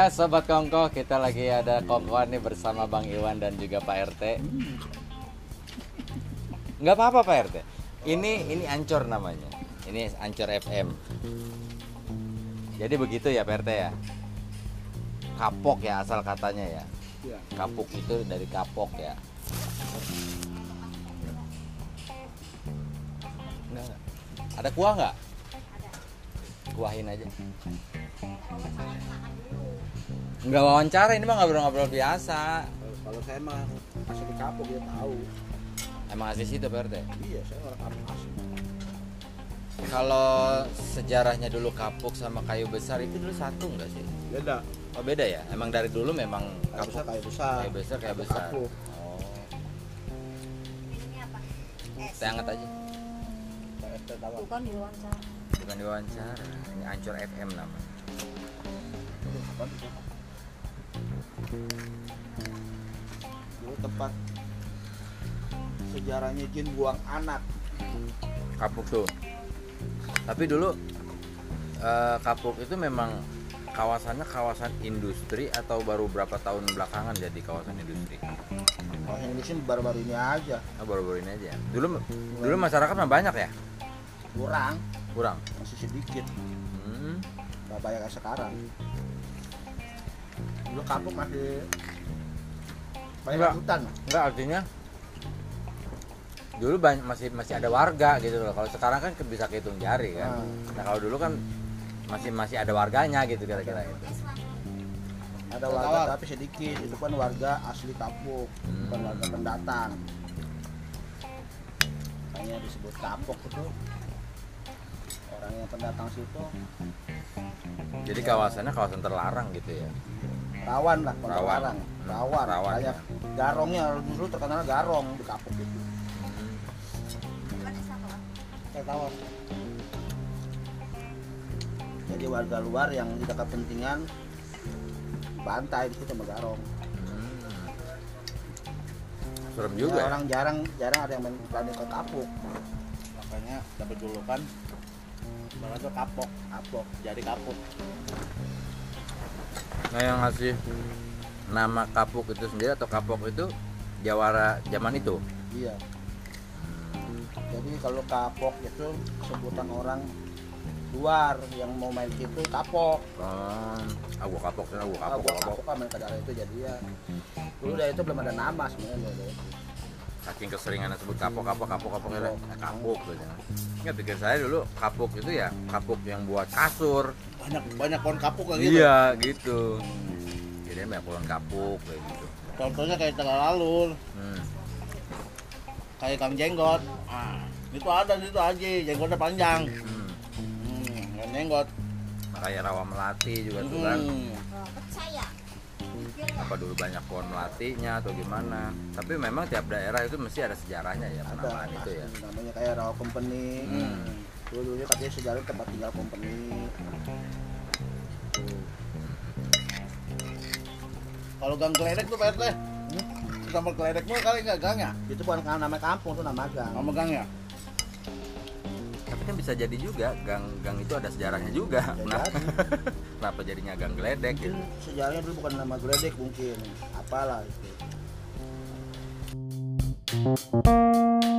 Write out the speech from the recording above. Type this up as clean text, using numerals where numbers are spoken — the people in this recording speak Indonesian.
Ya Sobat Kongko, kita lagi ada kongkoan nih bersama Bang Iwan dan juga Pak RT. Nggak apa-apa Pak RT. Ini Ancor namanya. Ini Ancor FM. Jadi begitu ya Pak RT ya. Kapok ya asal katanya ya. Kapuk itu dari kapok ya. Enggak. Ada kuah nggak? Kuahin aja. Enggak wawancara, ini mah ngobrol-ngobrol biasa. Kalau saya mah asli di Kapuk, dia tahu. Emang asli situ Pak RT? Iya, saya orang Kapuk asli. Kalau sejarahnya dulu kapuk sama kayu besar itu dulu satu nggak sih? Beda. Oh beda ya? Emang dari dulu memang kapuk. Kayu besar. Kayu besar. Kapuk. Oh. Ini apa? Teh hangat aja. Bukan diwawancara. Bukan diwawancara. Ini Ancor FM namanya. Dulu tempat sejarahnya jin buang anak. Kapuk tuh. Tapi dulu kapuk itu memang kawasannya kawasan industri atau baru berapa tahun belakangan jadi kawasan industri? Kalau yang di sini baru-baru ini aja. Oh, baru-baru ini aja. Dulu masyarakat mah banyak ya? Kurang, masih sedikit. Hmm. Nggak banyak kayak sekarang. Dulu Kapuk masih banyak Enggak. hutan. Enggak, artinya dulu masih ada warga gitu loh. Kalau sekarang kan bisa kehitung jari kan. Nah kalau dulu kan masih ada warganya gitu kira-kira itu. Ada warga tapi sedikit. Itu kan warga asli Kapuk, bukan warga pendatang. Makanya disebut Kapuk itu orang yang pendatang situ. Jadi kawasannya kawasan terlarang gitu ya. Rawan lah, kalau Rawan. terlarang. Rawan. Rawan, Kayak ya. garongnya dulu terkenal garong di Kapuk itu. Bukan es apa? Saya tahu. Jadi warga luar yang tidak kepentingan bantai di situ sama garong. Serem Ya, juga. orang jarang ada yang berani ke Kapuk. Makanya dapat julukan mana tuh Kapok, jadi Kapuk. Nah yang ngasih nama kapuk itu sendiri atau kapok itu jawara zaman itu. Iya. Jadi kalau Kapok itu sebutan orang luar yang mau main situ Kapok. Aku kapok kan Kapok kan main ke daerah itu jadi ya. Dulu dari itu belum ada nama sebenarnya dari itu. Saking keseringan sebut kapok ya kapuk gitu. Nggak pikir saya dulu kapuk itu ya kapuk yang buat kasur. Banyak pohon kapuk kayak gitu. Iya gitu. Jadi banyak pohon kapuk kayak gitu. Contohnya kayak Tegalalur, kayak Kang Jenggot. Itu ada di situ aja, jenggotnya panjang. Kang Jenggot. Kayak rawa melati juga tuh kan. Oh, percaya. Apa dulu banyak pohon melatinya atau gimana? Tapi memang tiap daerah itu mesti ada sejarahnya ya penamaan itu ya. Namanya kayak Rawa Company. Dulunya katanya sejarah tempat tinggal company. Kalau gang Geledek tuh Pak RT. Sama Geledek mulu kali nggak gangnya? Itu bukan nama kampung, tuh nama gang. Nama gangnya? Tapi kan bisa jadi juga gang itu ada sejarahnya juga. Ya, jadi. Kenapa jadinya gang geledek gitu? Sejarahnya dulu bukan nama Geledek mungkin. Apalah itu.